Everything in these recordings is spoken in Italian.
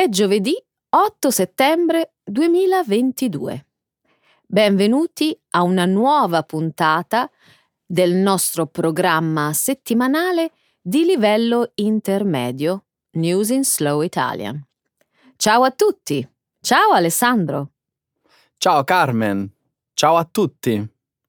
È giovedì 8 settembre 2022. Benvenuti a una nuova puntata del nostro programma settimanale di livello intermedio News in Slow Italian. Ciao a tutti! Ciao Alessandro! Ciao Carmen! Ciao a tutti!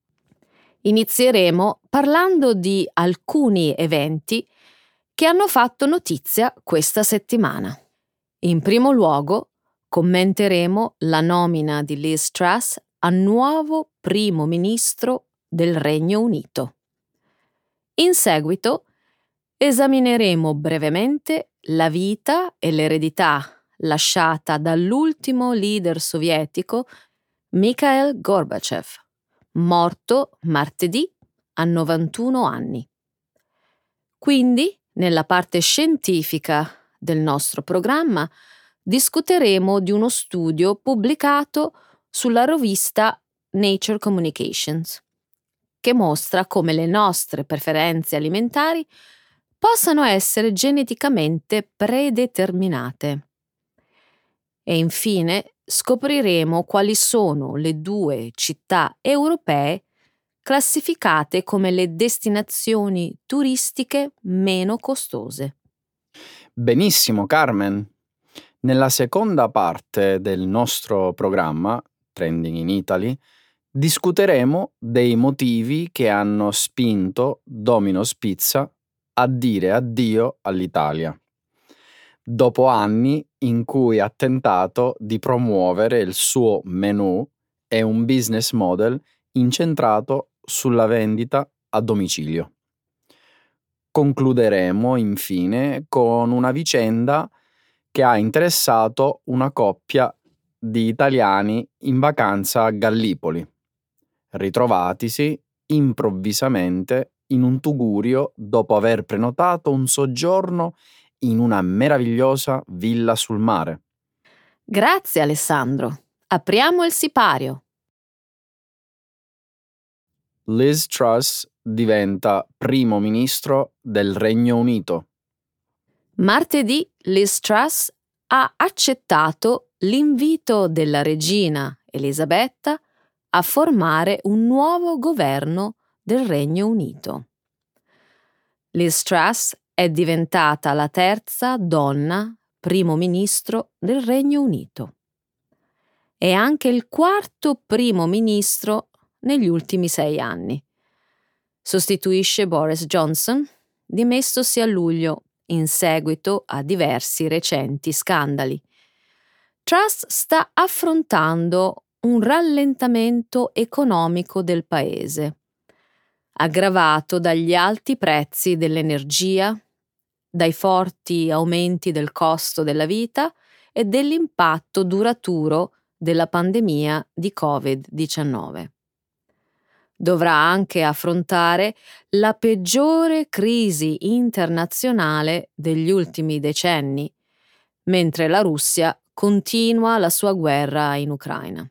Inizieremo parlando di alcuni eventi che hanno fatto notizia questa settimana. In primo luogo, commenteremo la nomina di Liz Truss a nuovo primo ministro del Regno Unito. In seguito, esamineremo brevemente la vita e l'eredità lasciata dall'ultimo leader sovietico Mikhail Gorbachev, morto martedì a 91 anni. Quindi, nella parte scientifica del nostro programma, discuteremo di uno studio pubblicato sulla rivista Nature Communications, che mostra come le nostre preferenze alimentari possano essere geneticamente predeterminate. E infine scopriremo quali sono le 2 città europee classificate come le destinazioni turistiche meno costose. Benissimo, Carmen! Nella seconda parte del nostro programma, Trending in Italy, discuteremo dei motivi che hanno spinto Domino's Pizza a dire addio all'Italia, dopo anni in cui ha tentato di promuovere il suo menù e un business model incentrato sulla vendita a domicilio. Concluderemo infine con una vicenda che ha interessato una coppia di italiani in vacanza a Gallipoli, ritrovatisi improvvisamente in un tugurio dopo aver prenotato un soggiorno in una meravigliosa villa sul mare. Grazie Alessandro. Apriamo il sipario. Liz Truss diventa primo ministro del Regno Unito. Martedì Liz Truss ha accettato l'invito della regina Elisabetta a formare un nuovo governo del Regno Unito. Liz Truss è diventata la terza donna primo ministro del Regno Unito. È anche il quarto primo ministro negli ultimi 6 anni. Sostituisce Boris Johnson, dimessosi a luglio in seguito a diversi recenti scandali. Truss sta affrontando un rallentamento economico del paese, aggravato dagli alti prezzi dell'energia, dai forti aumenti del costo della vita e dell'impatto duraturo della pandemia di Covid-19. Dovrà anche affrontare la peggiore crisi internazionale degli ultimi decenni, mentre la Russia continua la sua guerra in Ucraina.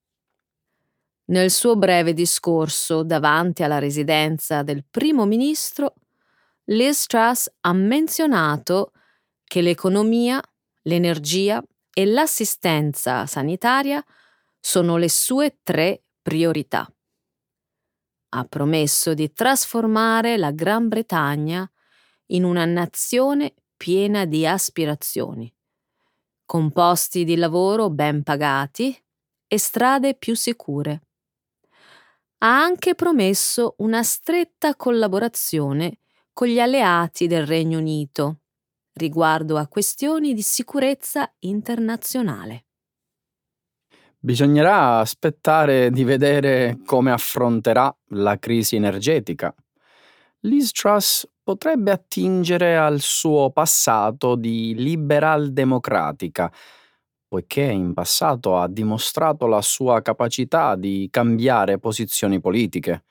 Nel suo breve discorso davanti alla residenza del primo ministro, Liz Truss ha menzionato che l'economia, l'energia e l'assistenza sanitaria sono le sue 3 priorità. Ha promesso di trasformare la Gran Bretagna in una nazione piena di aspirazioni, con posti di lavoro ben pagati e strade più sicure. Ha anche promesso una stretta collaborazione con gli alleati del Regno Unito riguardo a questioni di sicurezza internazionale. Bisognerà aspettare di vedere come affronterà la crisi energetica. Liz Truss potrebbe attingere al suo passato di liberal democratica, poiché in passato ha dimostrato la sua capacità di cambiare posizioni politiche.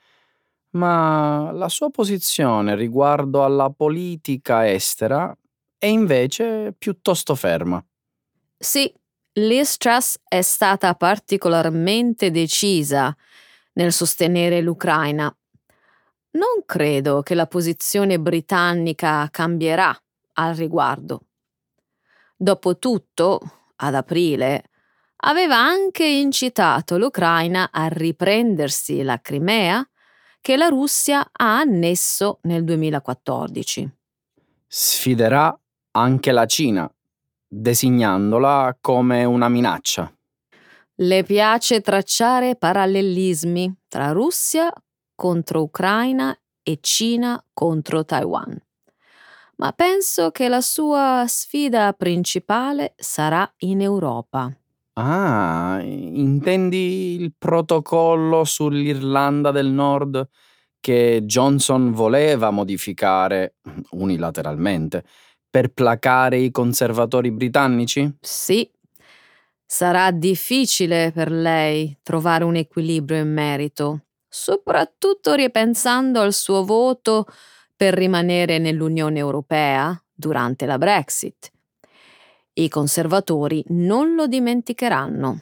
Ma la sua posizione riguardo alla politica estera è invece piuttosto ferma. Sì, Liz Truss è stata particolarmente decisa nel sostenere l'Ucraina. Non credo che la posizione britannica cambierà al riguardo. Dopotutto, ad aprile, aveva anche incitato l'Ucraina a riprendersi la Crimea che la Russia ha annesso nel 2014. Sfiderà anche la Cina, designandola come una minaccia. Le piace tracciare parallelismi tra Russia contro Ucraina e Cina contro Taiwan. Ma penso che la sua sfida principale sarà in Europa. Ah, intendi il protocollo sull'Irlanda del Nord che Johnson voleva modificare unilateralmente per placare i conservatori britannici? Sì, sarà difficile per lei trovare un equilibrio in merito, soprattutto ripensando al suo voto per rimanere nell'Unione Europea durante la Brexit. I conservatori non lo dimenticheranno.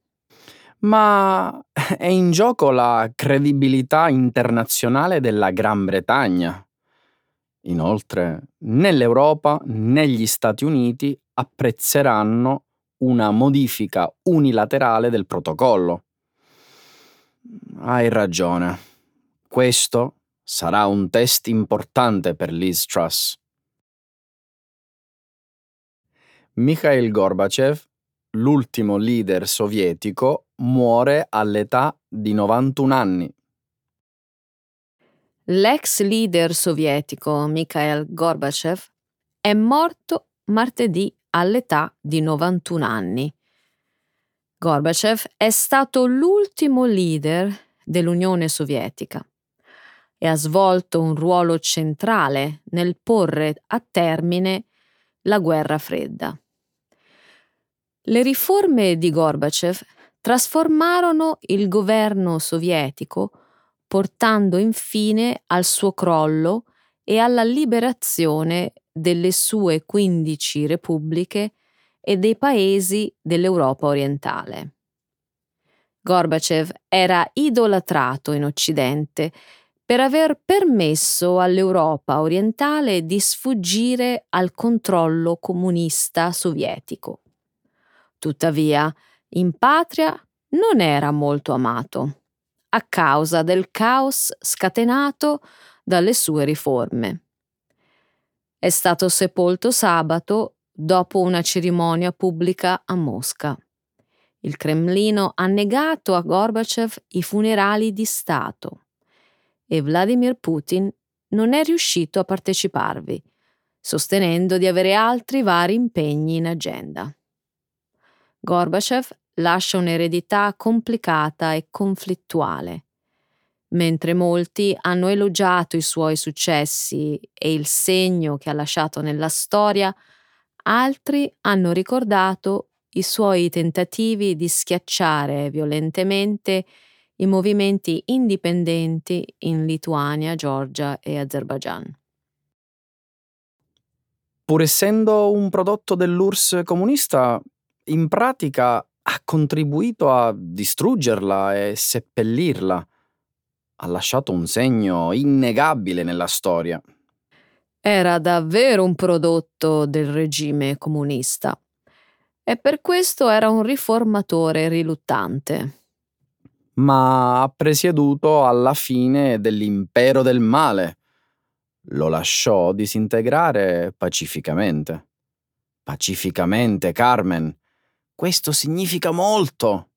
Ma è in gioco la credibilità internazionale della Gran Bretagna. Inoltre, né l'Europa né gli Stati Uniti apprezzeranno una modifica unilaterale del protocollo. Hai ragione. Questo sarà un test importante per Liz Truss. Mikhail Gorbachev, l'ultimo leader sovietico, muore all'età di 91 anni. L'ex leader sovietico Mikhail Gorbachev è morto martedì all'età di 91 anni. Gorbachev è stato l'ultimo leader dell'Unione Sovietica e ha svolto un ruolo centrale nel porre a termine la guerra fredda. Le riforme di Gorbachev trasformarono il governo sovietico, portando infine al suo crollo e alla liberazione delle sue 15 repubbliche e dei paesi dell'Europa orientale. Gorbachev era idolatrato in Occidente per aver permesso all'Europa orientale di sfuggire al controllo comunista sovietico. Tuttavia, in patria non era molto amato, a causa del caos scatenato dalle sue riforme. È stato sepolto sabato dopo una cerimonia pubblica a Mosca. Il Cremlino ha negato a Gorbachev i funerali di Stato e Vladimir Putin non è riuscito a parteciparvi, sostenendo di avere altri vari impegni in agenda. Gorbachev lascia un'eredità complicata e conflittuale. Mentre molti hanno elogiato i suoi successi e il segno che ha lasciato nella storia, altri hanno ricordato i suoi tentativi di schiacciare violentemente i movimenti indipendenti in Lituania, Georgia e Azerbaijan. Pur essendo un prodotto dell'URSS comunista, in pratica ha contribuito a distruggerla e seppellirla. Ha lasciato un segno innegabile nella storia. Era davvero un prodotto del regime comunista e per questo era un riformatore riluttante. Ma ha presieduto alla fine dell'impero del male. Lo lasciò disintegrare pacificamente. Pacificamente, Carmen. Questo significa molto.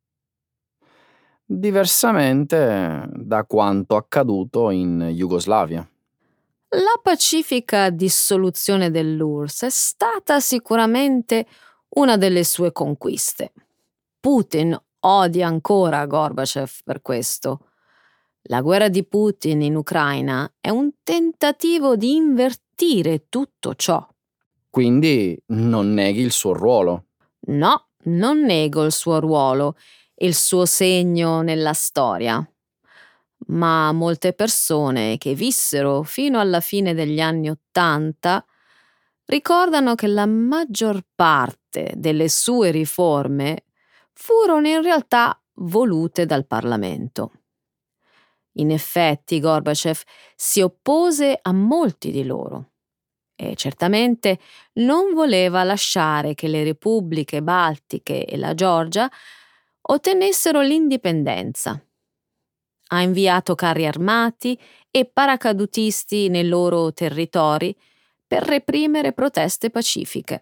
Diversamente da quanto accaduto in Jugoslavia. La pacifica dissoluzione dell'URSS è stata sicuramente una delle sue conquiste. Putin odia ancora Gorbachev per questo. La guerra di Putin in Ucraina è un tentativo di invertire tutto ciò. Quindi non neghi il suo ruolo. No, non nego il suo ruolo, il suo segno nella storia. Ma molte persone che vissero fino alla fine degli anni '80 ricordano che la maggior parte delle sue riforme furono in realtà volute dal Parlamento. In effetti Gorbachev si oppose a molti di loro. e certamente non voleva lasciare che le repubbliche baltiche e la Georgia ottenessero l'indipendenza. Ha inviato carri armati e paracadutisti nei loro territori per reprimere proteste pacifiche.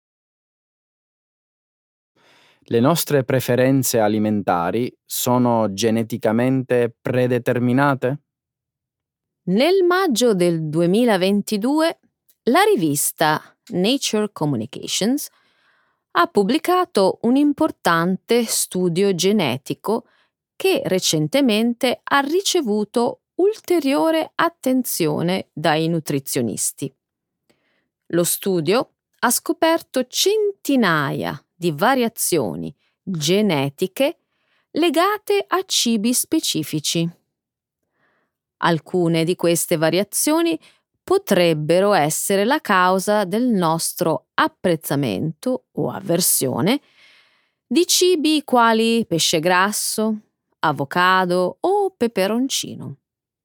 Le nostre preferenze alimentari sono geneticamente predeterminate? Nel maggio del 2022 la rivista Nature Communications ha pubblicato un importante studio genetico che recentemente ha ricevuto ulteriore attenzione dai nutrizionisti. Lo studio ha scoperto centinaia di variazioni genetiche legate a cibi specifici. Alcune di queste variazioni potrebbero essere la causa del nostro apprezzamento o avversione di cibi quali pesce grasso, avocado o peperoncino.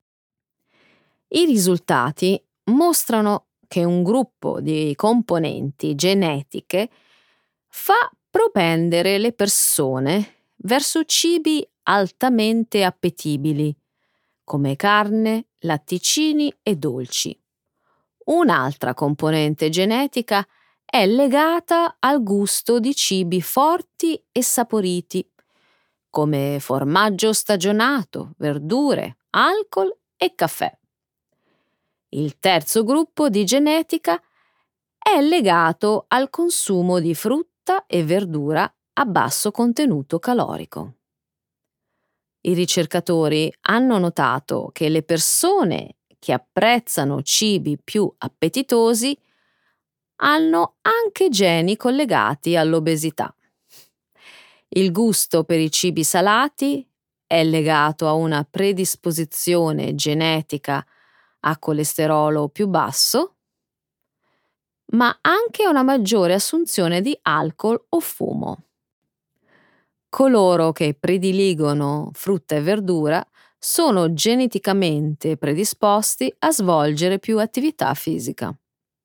I risultati mostrano che un gruppo di componenti genetiche fa propendere le persone verso cibi altamente appetibili, come carne, latticini e dolci. Un'altra componente genetica è legata al gusto di cibi forti e saporiti, come formaggio stagionato, verdure, alcol e caffè. Il terzo gruppo di genetica è legato al consumo di frutta e verdura a basso contenuto calorico. I ricercatori hanno notato che le persone che apprezzano cibi più appetitosi hanno anche geni collegati all'obesità. Il gusto per i cibi salati è legato a una predisposizione genetica a colesterolo più basso, ma anche a una maggiore assunzione di alcol o fumo. Coloro che prediligono frutta e verdura sono geneticamente predisposti a svolgere più attività fisica.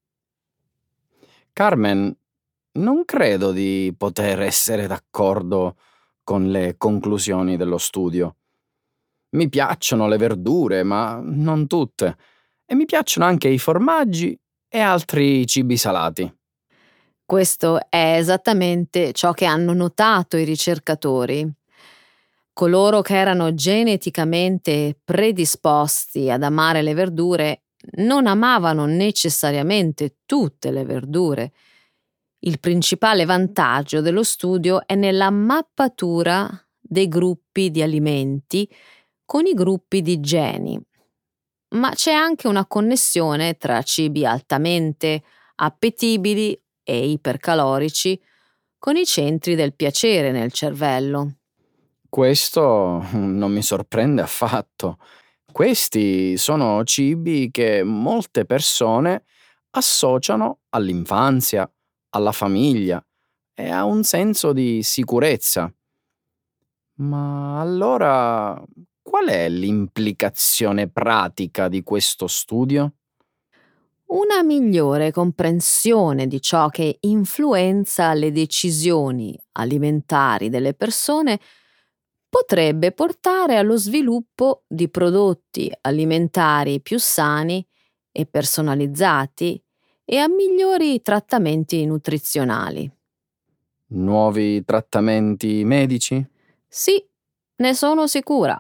Carmen, non credo di poter essere d'accordo con le conclusioni dello studio. Mi piacciono le verdure, ma non tutte. E mi piacciono anche i formaggi e altri cibi salati. Questo è esattamente ciò che hanno notato i ricercatori. Coloro che erano geneticamente predisposti ad amare le verdure non amavano necessariamente tutte le verdure. Il principale vantaggio dello studio è nella mappatura dei gruppi di alimenti con i gruppi di geni. Ma c'è anche una connessione tra cibi altamente appetibili e ipercalorici con i centri del piacere nel cervello. Questo non mi sorprende affatto. Questi sono cibi che molte persone associano all'infanzia, alla famiglia e a un senso di sicurezza. Ma allora qual è l'implicazione pratica di questo studio? Una migliore comprensione di ciò che influenza le decisioni alimentari delle persone potrebbe portare allo sviluppo di prodotti alimentari più sani e personalizzati e a migliori trattamenti nutrizionali. Nuovi trattamenti medici? Sì, ne sono sicura.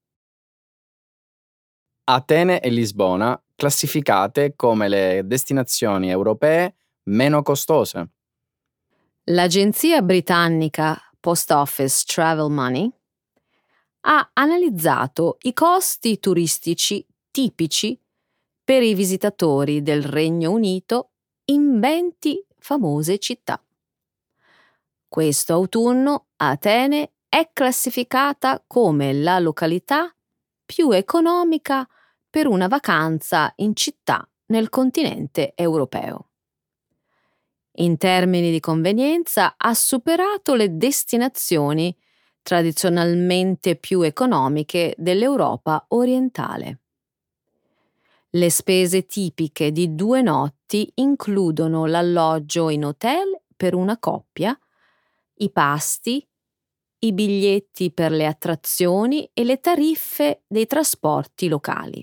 Atene e Lisbona classificate come le destinazioni europee meno costose. L'agenzia britannica Post Office Travel Money ha analizzato i costi turistici tipici per i visitatori del Regno Unito in 20 famose città. Questo autunno Atene è classificata come la località più economica per una vacanza in città nel continente europeo. In termini di convenienza ha superato le destinazioni tradizionalmente più economiche dell'Europa orientale. Le spese tipiche di 2 notti trasporti includono l'alloggio in hotel per una coppia, i pasti, i biglietti per le attrazioni e le tariffe dei trasporti locali.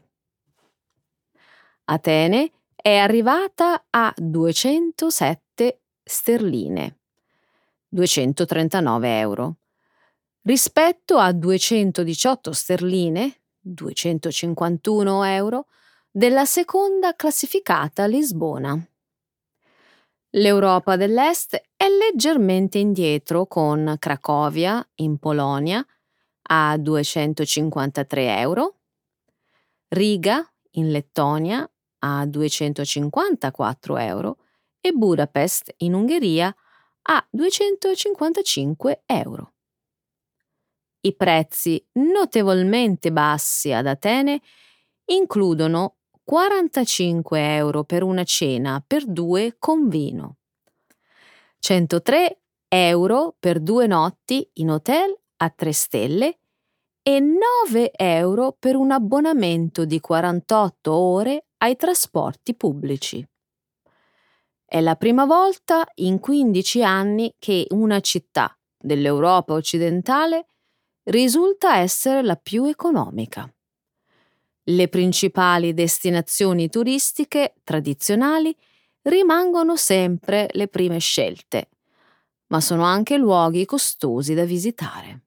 Atene è arrivata a 207 sterline, 239 euro, rispetto a 218 sterline, 251 euro, della seconda classificata Lisbona. L'Europa dell'Est è leggermente indietro con Cracovia, in Polonia, a 253 euro, Riga, in Lettonia, a 254 euro e Budapest, in Ungheria, a 255 euro. I prezzi notevolmente bassi ad Atene includono 45 euro per una cena per due con vino, 103 euro per 2 notti in hotel a 3 stelle e 9 euro per un abbonamento di 48 ore ai trasporti pubblici. È la prima volta in 15 anni che una città dell'Europa occidentale risulta essere la più economica. Le principali destinazioni turistiche tradizionali rimangono sempre le prime scelte, ma sono anche luoghi costosi da visitare.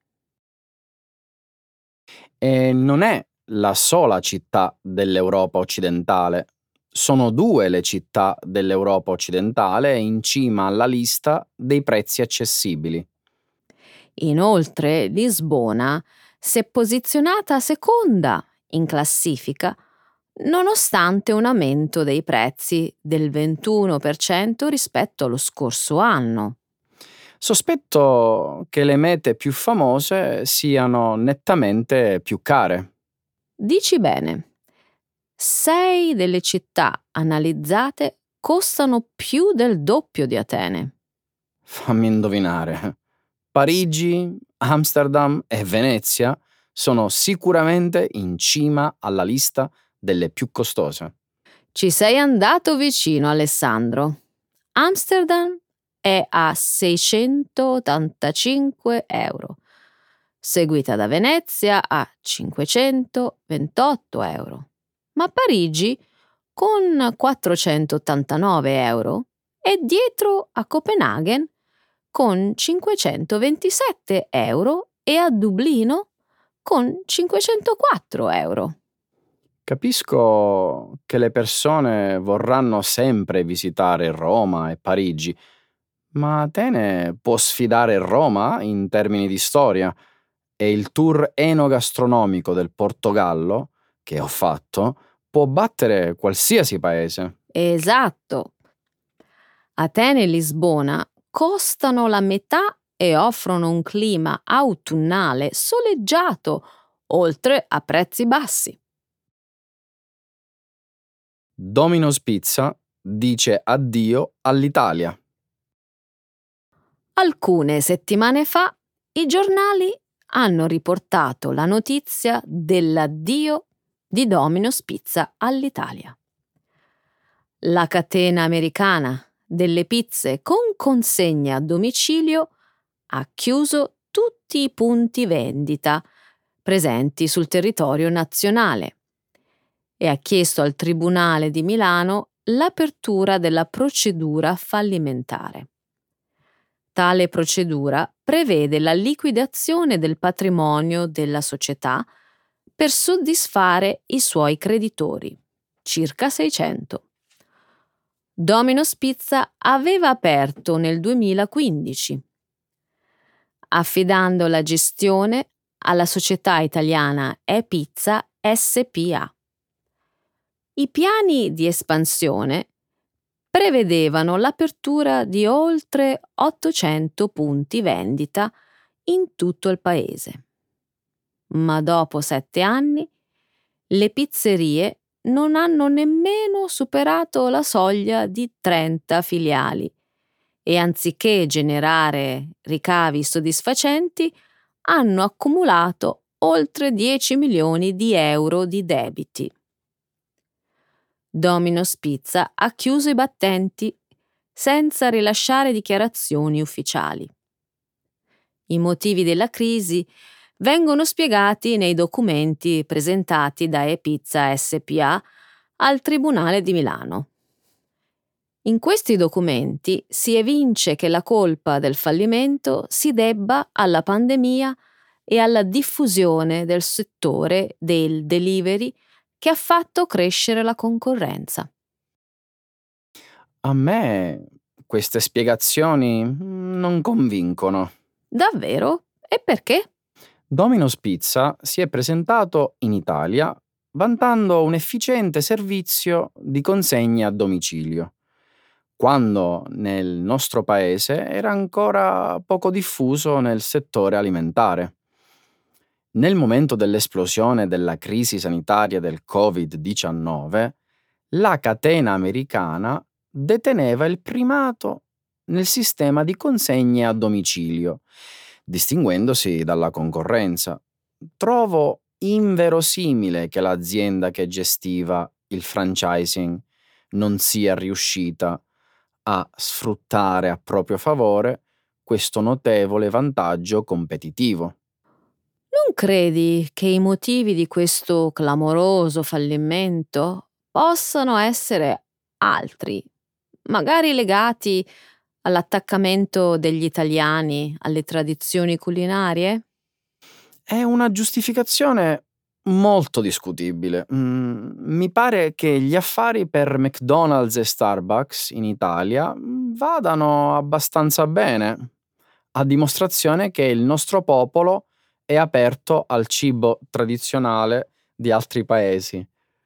E non è la sola città dell'Europa occidentale. Sono 2 le città dell'Europa occidentale in cima alla lista dei prezzi accessibili. Inoltre, Lisbona si è posizionata seconda in classifica, nonostante un aumento dei prezzi del 21% rispetto allo scorso anno. Sospetto che le mete più famose siano nettamente più care. Dici bene, 6 delle città analizzate costano più del doppio di Atene. Fammi indovinare. Parigi, Amsterdam e Venezia sono sicuramente in cima alla lista delle più costose. Ci sei andato vicino, Alessandro. Amsterdam è a 685 euro, seguita da Venezia a 528 euro. Ma Parigi, con 489 euro, è dietro a Copenaghen con 527 euro e a Dublino con 504 euro. Capisco che le persone vorranno sempre visitare Roma e Parigi, ma Atene può sfidare Roma in termini di storia e il tour enogastronomico del Portogallo, che ho fatto, può battere qualsiasi paese. Esatto. Atene e Lisbona costano la metà e offrono un clima autunnale soleggiato, oltre a prezzi bassi. Domino's Pizza dice addio all'Italia. Alcune settimane fa i giornali hanno riportato la notizia dell'addio di Domino's Pizza all'Italia. La catena americana delle pizze con consegna a domicilio ha chiuso tutti i punti vendita presenti sul territorio nazionale e ha chiesto al Tribunale di Milano l'apertura della procedura fallimentare. Tale procedura prevede la liquidazione del patrimonio della società per soddisfare i suoi creditori, circa 600. Domino's Pizza aveva aperto nel 2015, affidando la gestione alla società italiana E-Pizza SpA. I piani di espansione prevedevano l'apertura di oltre 800 punti vendita in tutto il paese. Ma dopo 7 anni, le pizzerie non hanno nemmeno superato la soglia di 30 filiali e anziché generare ricavi soddisfacenti, hanno accumulato oltre 10 milioni di euro di debiti. Domino's Pizza ha chiuso i battenti senza rilasciare dichiarazioni ufficiali. I motivi della crisi vengono spiegati nei documenti presentati da E-Pizza SpA al Tribunale di Milano. In questi documenti si evince che la colpa del fallimento si debba alla pandemia e alla diffusione del settore del delivery che ha fatto crescere la concorrenza. A me queste spiegazioni non convincono. Davvero? E perché? Domino's Pizza si è presentato in Italia vantando un efficiente servizio di consegne a domicilio, quando nel nostro paese era ancora poco diffuso nel settore alimentare. Nel momento dell'esplosione della crisi sanitaria del Covid-19, la catena americana deteneva il primato nel sistema di consegne a domicilio, distinguendosi dalla concorrenza. Trovo inverosimile che l'azienda che gestiva il franchising non sia riuscita a sfruttare a proprio favore questo notevole vantaggio competitivo. Non credi che i motivi di questo clamoroso fallimento possano essere altri, magari legati all'attaccamento degli italiani alle tradizioni culinarie? È una giustificazione molto discutibile. Mi pare che gli affari per McDonald's e Starbucks in Italia vadano abbastanza bene, a dimostrazione che il nostro popolo è aperto al cibo tradizionale di altri paesi.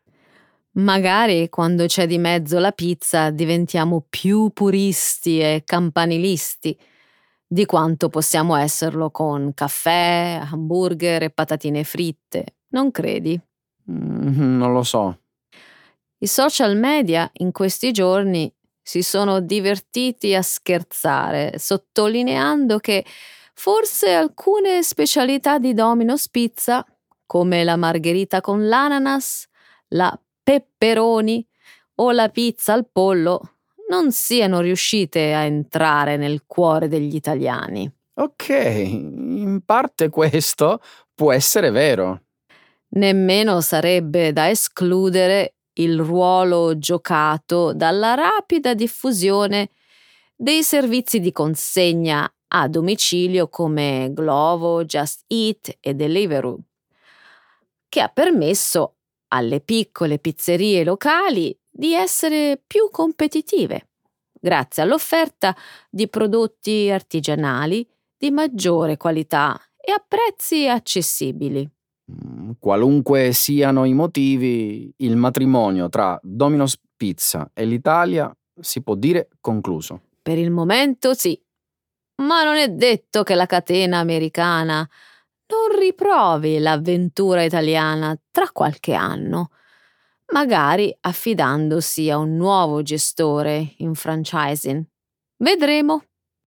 Magari quando c'è di mezzo la pizza diventiamo più puristi e campanilisti di quanto possiamo esserlo con caffè, hamburger e patatine fritte, non credi? Non lo so. I social media in questi giorni si sono divertiti a scherzare, sottolineando che forse alcune specialità di Domino's Pizza, come la margherita con l'ananas, la pepperoni o la pizza al pollo, non siano riuscite a entrare nel cuore degli italiani. Ok, in parte questo può essere vero. Nemmeno sarebbe da escludere il ruolo giocato dalla rapida diffusione dei servizi di consegna a domicilio come Glovo, Just Eat e Deliveroo, che ha permesso alle piccole pizzerie locali di essere più competitive, grazie all'offerta di prodotti artigianali di maggiore qualità e a prezzi accessibili. Qualunque siano i motivi, il matrimonio tra Domino's Pizza e l'Italia si può dire concluso. Per il momento sì, ma non è detto che la catena americana non riprovi l'avventura italiana tra qualche anno, magari affidandosi a un nuovo gestore in franchising. Vedremo.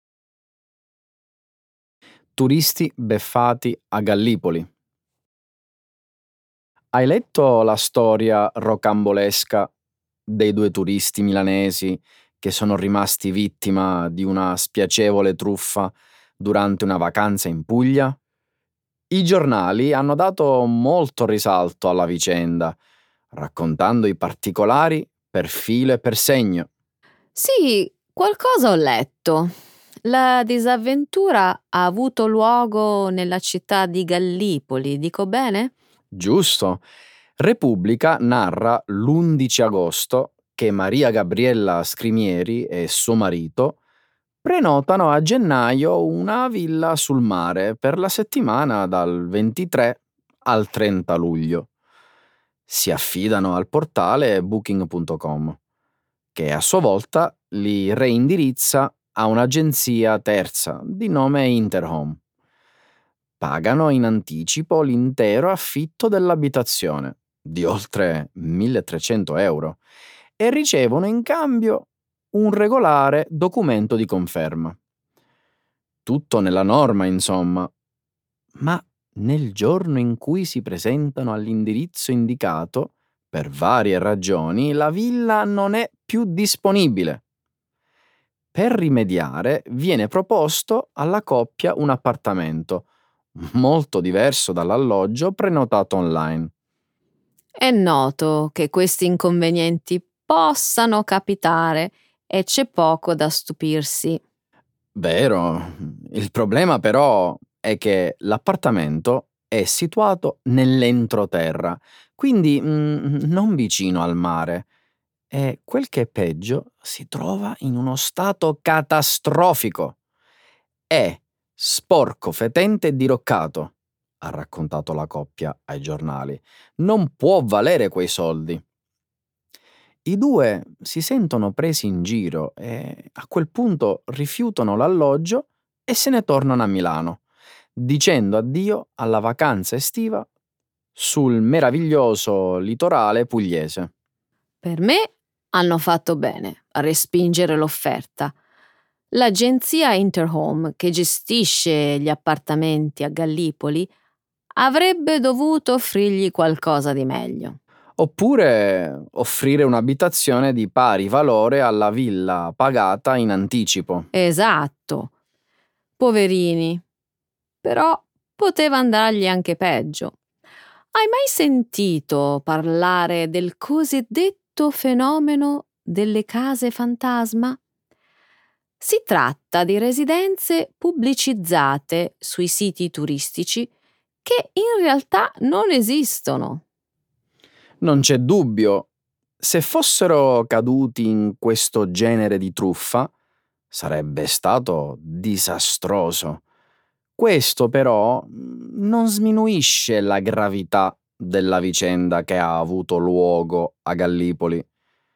Turisti beffati a Gallipoli. Hai letto la storia rocambolesca dei due turisti milanesi che sono rimasti vittima di una spiacevole truffa durante una vacanza in Puglia? I giornali hanno dato molto risalto alla vicenda, raccontando i particolari per filo e per segno. Sì, qualcosa ho letto. La disavventura ha avuto luogo nella città di Gallipoli, dico bene? Giusto. Repubblica narra l'11 agosto che Maria Gabriella Scrimieri e suo marito prenotano a gennaio una villa sul mare per la settimana dal 23 al 30 luglio. Si affidano al portale booking.com, che a sua volta li reindirizza a un'agenzia terza di nome Interhome. Pagano in anticipo l'intero affitto dell'abitazione, di oltre 1.300 euro, e ricevono in cambio un regolare documento di conferma. Tutto nella norma, insomma. Ma nel giorno in cui si presentano all'indirizzo indicato Per varie ragioni la villa non è più disponibile. Per rimediare viene proposto alla coppia un appartamento, molto diverso dall'alloggio prenotato online. È noto che questi inconvenienti possano capitare e c'è poco da stupirsi. Vero, il problema però è che l'appartamento è situato nell'entroterra, quindi non vicino al mare. E quel che è peggio, si trova in uno stato catastrofico. È sporco, fetente e diroccato, ha raccontato la coppia ai giornali. Non può valere quei soldi. I due si sentono presi in giro e a quel punto rifiutano l'alloggio e se ne tornano a Milano, dicendo addio alla vacanza estiva sul meraviglioso litorale pugliese. Per me hanno fatto bene a respingere l'offerta. L'agenzia Interhome, che gestisce gli appartamenti a Gallipoli, avrebbe dovuto offrirgli qualcosa di meglio. Oppure offrire un'abitazione di pari valore alla villa pagata in anticipo. Esatto. Poverini. Però poteva andargli anche peggio. Hai mai sentito parlare del cosiddetto fenomeno delle case fantasma? Si tratta di residenze pubblicizzate sui siti turistici che in realtà non esistono. Non c'è dubbio, se fossero caduti in questo genere di truffa, sarebbe stato disastroso. Questo però non sminuisce la gravità della vicenda che ha avuto luogo a Gallipoli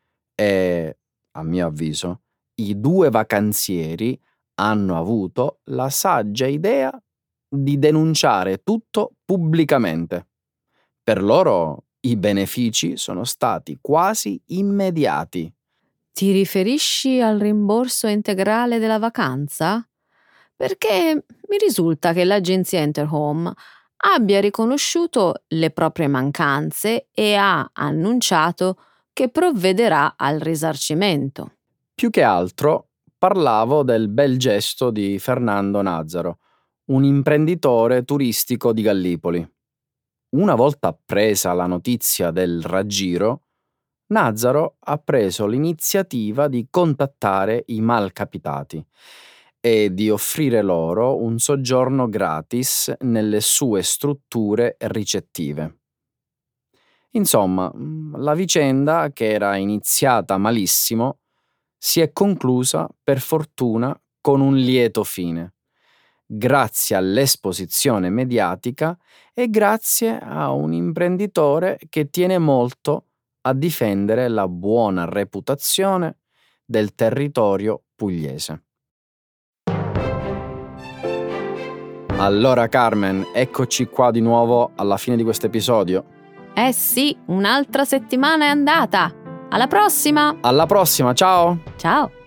e, a mio avviso, i due vacanzieri hanno avuto la saggia idea di denunciare tutto pubblicamente. Per loro i benefici sono stati quasi immediati. Ti riferisci al rimborso integrale della vacanza? Perché mi risulta che l'agenzia Interhome abbia riconosciuto le proprie mancanze e ha annunciato che provvederà al risarcimento. Più che altro parlavo del bel gesto di Fernando Nazzaro, un imprenditore turistico di Gallipoli. Una volta appresa la notizia del raggiro, Nazzaro ha preso l'iniziativa di contattare i malcapitati e di offrire loro un soggiorno gratis nelle sue strutture ricettive. Insomma, la vicenda, che era iniziata malissimo, si è conclusa per fortuna con un lieto fine, grazie all'esposizione mediatica e grazie a un imprenditore che tiene molto a difendere la buona reputazione del territorio pugliese. Allora Carmen, eccoci qua di nuovo alla fine di questo episodio. Eh sì, un'altra settimana è andata. Alla prossima! Alla prossima, ciao! Ciao!